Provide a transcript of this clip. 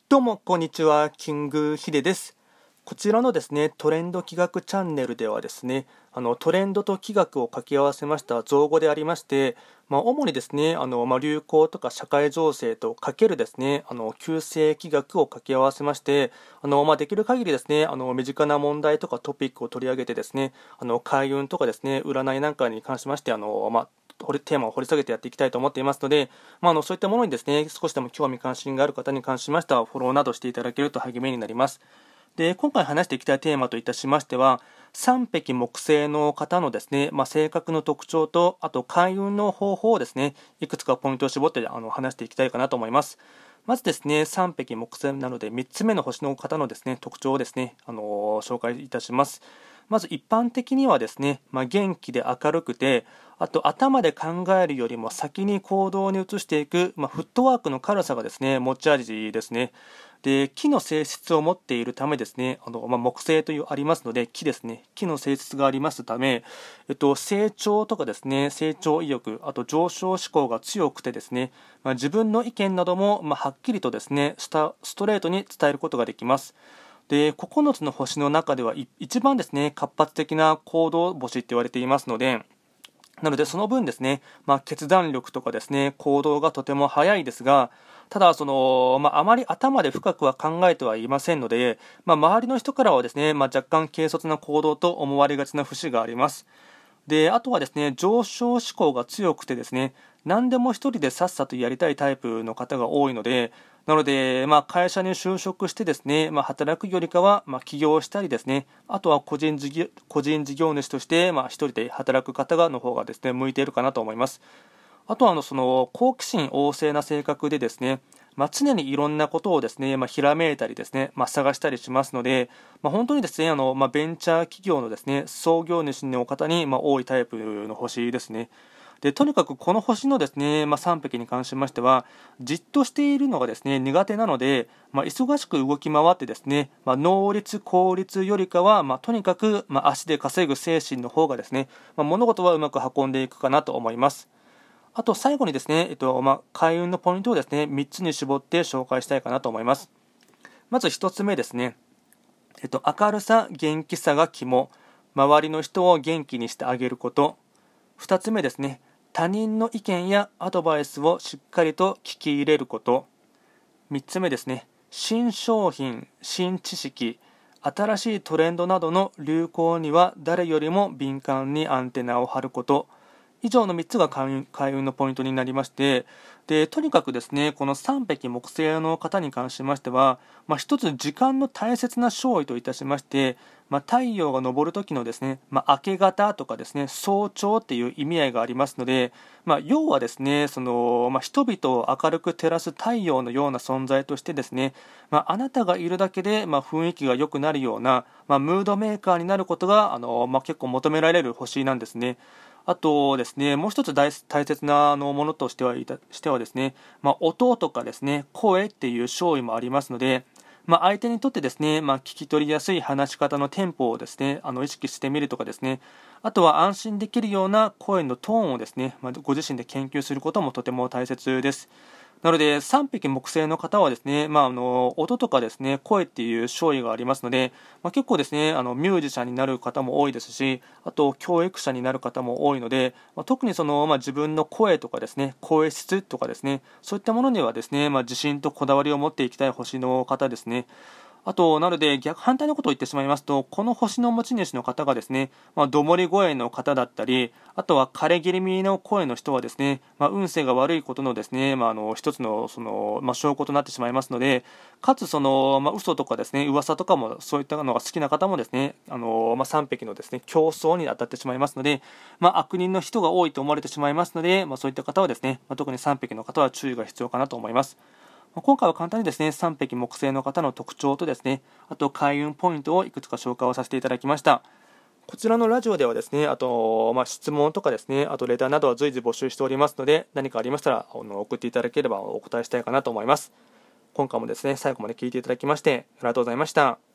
どうもこんにちは、キングヒデです。こちらのですねトレンド企画チャンネルではですねトレンドと企画を掛け合わせました造語でありまして、主にですね流行とか社会情勢とかけるですね旧世企画を掛け合わせましてできる限りですね身近な問題とかトピックを取り上げてですね開運とかですね占いなんかに関しましてテーマを掘り下げてやっていきたいと思っていますので、そういったものにですね少しでも興味関心がある方に関しましてはフォローなどしていただけると励みになります。で、今回話していきたいテーマといたしましては、三匹木星の方のですね、性格の特徴と、あと開運の方法をですね、いくつかポイントを絞って話していきたいかなと思います。まずですね、三匹木星なので3つ目の星の方のですね、特徴をですね、紹介いたします。まず一般的にはですね、元気で明るくて、あと頭で考えるよりも先に行動に移していく、フットワークの軽さがですね、持ち味ですね。で、木の性質を持っているためですね、木星というありますので、木ですね、木の性質がありますため、成長とかですね、成長意欲、あと上昇志向が強くてですね、自分の意見なども、はっきりとですね、ストレートに伝えることができます。で、9つの星の中では一番ですね、活発的な行動星って言われていますので、その分ですね、決断力とかですね、行動がとても早いですが、ただあまり頭で深くは考えてはいませんので、周りの人からはですね、若干軽率な行動と思われがちな節があります。で、あとはですね、上昇志向が強くてですね、何でも一人でさっさとやりたいタイプの方が多いので、会社に就職してですね、働くよりかは、起業したりですね、あとは個人事業主として、一人で働く方の方がですね、向いているかなと思います。あとは好奇心旺盛な性格でですね、常にいろんなことをですね、ひらめいたりですね、探したりしますので、本当にですね、ベンチャー企業のですね、創業主の方に、多いタイプの星ですね。で、とにかくこの星のですね、3匹に関しましては、じっとしているのがですね、苦手なので、忙しく動き回ってですね、能率、効率よりかは、とにかく、足で稼ぐ精神の方がですね、物事はうまく運んでいくかなと思います。あと最後にですね、開運のポイントをですね、3つに絞って紹介したいかなと思います。まず1つ目ですね、明るさ、元気さが肝、周りの人を元気にしてあげること。2つ目ですね、他人の意見やアドバイスをしっかりと聞き入れること。3つ目ですね、新商品、新知識、新しいトレンドなどの流行には誰よりも敏感にアンテナを張ること。以上の3つが開運のポイントになりまして、でとにかくですね、この3匹木星の方に関しましては、一つ時間の大切な勝利といたしまして、太陽が昇る時のですね、明け方とかですね、早朝っていう意味合いがありますので、要はですね、人々を明るく照らす太陽のような存在としてですね、あなたがいるだけで、雰囲気が良くなるような、ムードメーカーになることが結構求められる星なんですね。あとですね、もう一つ大切なものとしてはですね、音とかですね、声っていう勝利もありますので、相手にとってですね、聞き取りやすい話し方のテンポをですね、意識してみるとかですね、あとは安心できるような声のトーンをですね、ご自身で研究することもとても大切です。なので3匹木星の方はですね、音とかですね、声っていう勝利がありますので、結構ですね、ミュージシャンになる方も多いですし、あと教育者になる方も多いので、特に自分の声とかですね、声質とかですね、そういったものにはですね、自信とこだわりを持っていきたい星の方ですね。あと、なので反対のことを言ってしまいますと、この星の持ち主の方がですね、どもり声の方だったり、あとは枯れ気味の声の人はですね、運勢が悪いことのですね、一つの証拠となってしまいますので、かつ嘘とかですね、噂とかもそういったのが好きな方もですね、3匹のですね、競争に当たってしまいますので、悪人の人が多いと思われてしまいますので、そういった方はですね、特に3匹の方は注意が必要かなと思います。今回は簡単にですね、3匹木星の方の特徴とですね、あと開運ポイントをいくつか紹介をさせていただきました。こちらのラジオではですね、あと、質問とかですね、あとレターなどは随時募集しておりますので、何かありましたら送っていただければお答えしたいかなと思います。今回もですね、最後まで聞いていただきましてありがとうございました。